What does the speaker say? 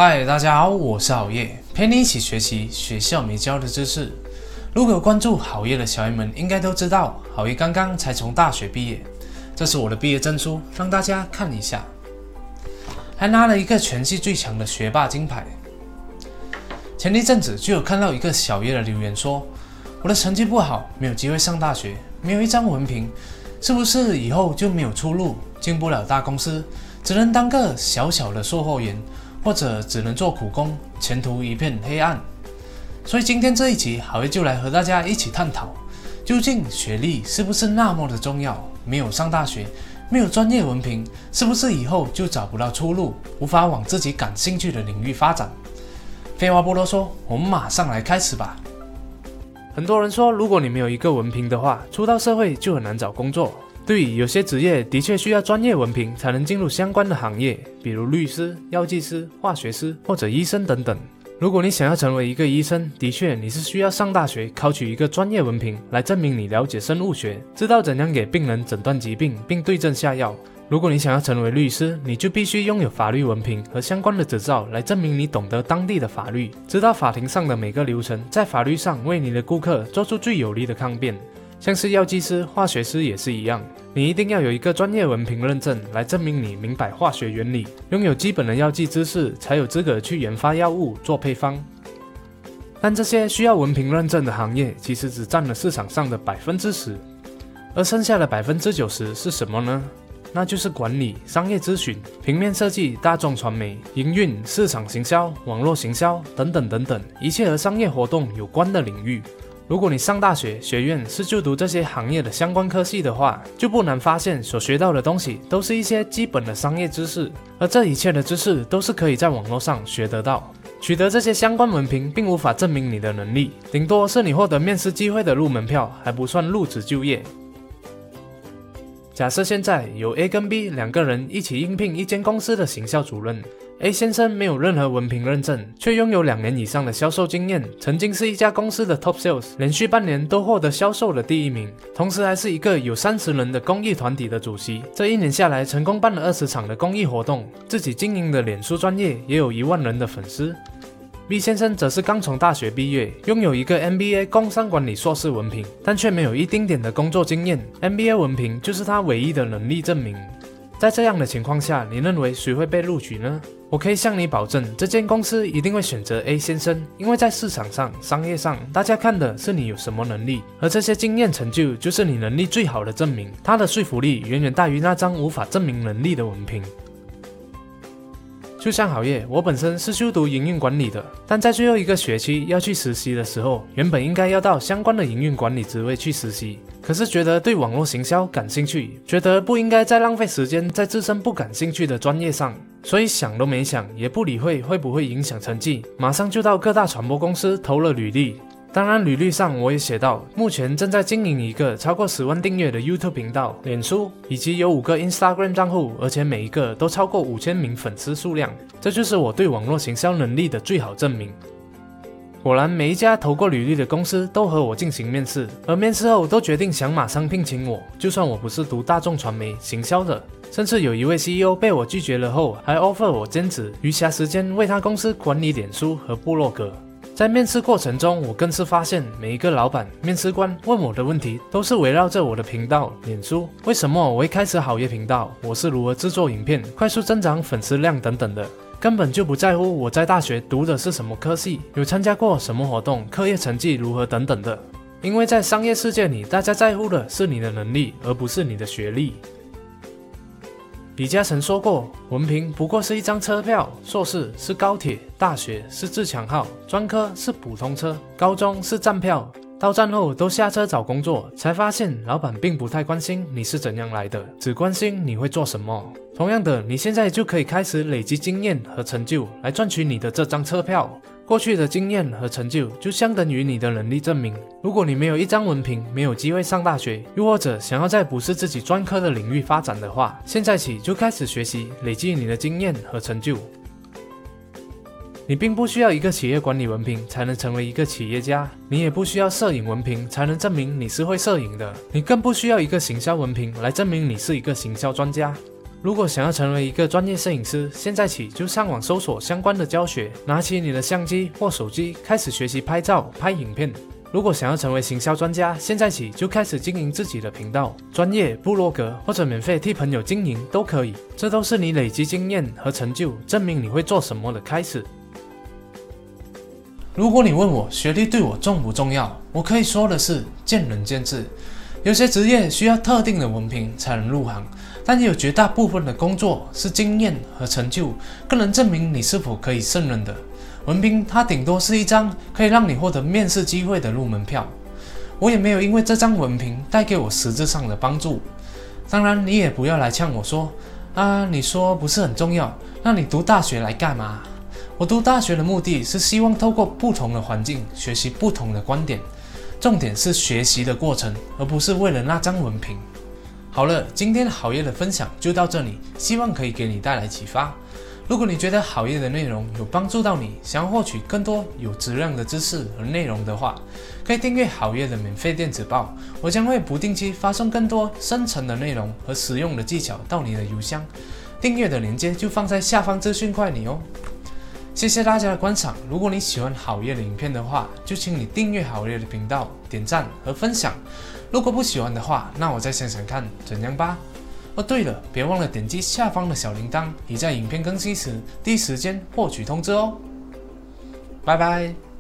嗨，大家好，我是好业，陪你一起学习学校没教的知识。如果有关注好业的小友们，应该都知道，好业刚刚才从大学毕业，这是我的毕业证书，让大家看一下，还拿了一个全系最强的学霸金牌。前一阵子就有看到一个小业的留言说，我的成绩不好，没有机会上大学，没有一张文凭，是不是以后就没有出路，进不了大公司，只能当个小小的售货员，或者只能做苦工，前途一片黑暗。所以今天这一集，好业就来和大家一起探讨，究竟学历是不是那么的重要？没有上大学，没有专业文凭，是不是以后就找不到出路，无法往自己感兴趣的领域发展？废话不多说，我们马上来开始吧。很多人说，如果你没有一个文凭的话，出到社会就很难找工作。对，有些职业的确需要专业文凭才能进入相关的行业，比如律师、药剂师、化学师或者医生等等。如果你想要成为一个医生，的确你是需要上大学考取一个专业文凭来证明你了解生物学，知道怎样给病人诊断疾病并对症下药。如果你想要成为律师，你就必须拥有法律文凭和相关的执照来证明你懂得当地的法律，知道法庭上的每个流程，在法律上为你的顾客做出最有利的抗辩。像是药剂师、化学师也是一样，你一定要有一个专业文凭认证来证明你明白化学原理，拥有基本的药剂知识，才有资格去研发药物做配方。但这些需要文凭认证的行业其实只占了市场上的 10%， 而剩下的 90% 是什么呢？那就是管理、商业咨询、平面设计、大众传媒、营运、市场行销、网络行销等等等等，一切和商业活动有关的领域。如果你上大学、学院是就读这些行业的相关科系的话，就不难发现所学到的东西都是一些基本的商业知识，而这一切的知识都是可以在网络上学得到。取得这些相关文凭并无法证明你的能力，顶多是你获得面试机会的入门票，还不算入职就业。假设现在有 A 跟 B 两个人一起应聘一间公司的行销主任， A 先生没有任何文凭认证，却拥有2年以上的销售经验，曾经是一家公司的 Top Sales， 连续半年都获得销售的第1名，同时还是一个有30人的公益团体的主席。这1年下来，成功办了20场的公益活动，自己经营的脸书专页也有1万人的粉丝。B 先生则是刚从大学毕业，拥有一个 MBA 工商管理硕士文凭，但却没有一丁点的工作经验， MBA 文凭就是他唯一的能力证明。在这样的情况下，你认为谁会被录取呢？我可以向你保证，这间公司一定会选择 A 先生，因为在市场上、商业上，大家看的是你有什么能力，而这些经验成就就是你能力最好的证明，它的说服力远远大于那张无法证明能力的文凭。就像好业，我本身是修读营运管理的，但在最后一个学期要去实习的时候，原本应该要到相关的营运管理职位去实习，可是觉得对网络行销感兴趣，觉得不应该再浪费时间在自身不感兴趣的专业上，所以想都没想，也不理会会不会影响成绩，马上就到各大传播公司投了履历。当然履历上我也写到，目前正在经营一个超过10万订阅的 YouTube 频道、脸书，以及有5个 Instagram 账户，而且每一个都超过5000名粉丝数量，这就是我对网络行销能力的最好证明。果然每一家投过履历的公司都和我进行面试，而面试后都决定想马上聘请我，就算我不是读大众传媒行销的，甚至有一位 CEO 被我拒绝了后，还 offer 我兼职，余下时间为他公司管理脸书和部落格。在面试过程中，我更是发现每一个老板、面试官问我的问题都是围绕着我的频道、脸书，为什么我会开始好业频道，我是如何制作影片、快速增长粉丝量等等的，根本就不在乎我在大学读的是什么科系，有参加过什么活动，课业成绩如何等等的。因为在商业世界里，大家在乎的是你的能力，而不是你的学历。李嘉诚说过，文凭不过是一张车票，硕士是高铁，大学是自强号，专科是普通车，高中是站票，到站后都下车找工作，才发现老板并不太关心你是怎样来的，只关心你会做什么。同样的，你现在就可以开始累积经验和成就，来赚取你的这张车票。过去的经验和成就就相等于你的能力证明。如果你没有一张文凭，没有机会上大学，又或者想要在不是自己专科的领域发展的话，现在起就开始学习，累积你的经验和成就。你并不需要一个企业管理文凭才能成为一个企业家，你也不需要摄影文凭才能证明你是会摄影的，你更不需要一个行销文凭来证明你是一个行销专家。 如果想要成为一个专业摄影师，现在起就上网搜索相关的教学，拿起你的相机或手机，开始学习拍照、拍影片。如果想要成为行销专家，现在起就开始经营自己的频道，专业部落格或者免费替朋友经营都可以。这都是你累积经验和成就，证明你会做什么的开始。如果你问我学历对我重不重要，我可以说的是见仁见智。有些职业需要特定的文凭才能入行，但也有绝大部分的工作是经验和成就更能证明你是否可以胜任的。文凭它顶多是一张可以让你获得面试机会的入门票，我也没有因为这张文凭带给我实质上的帮助。当然你也不要来呛我说你说不是很重要，那你读大学来干嘛？我读大学的目的是希望透过不同的环境学习不同的观点，重点是学习的过程，而不是为了那张文凭。好了，今天好业的分享就到这里，希望可以给你带来启发。如果你觉得好业的内容有帮助到你，想要获取更多有质量的知识和内容的话，可以订阅好业的免费电子报，我将会不定期发送更多深层的内容和实用的技巧到你的邮箱。订阅的链接就放在下方资讯块里哦。谢谢大家的观赏，如果你喜欢好业的影片的话，就请你订阅好业的频道，点赞和分享。如果不喜欢的话，那我再想想看怎样吧。哦，对了，别忘了点击下方的小铃铛，以在影片更新时第一时间获取通知哦。拜拜。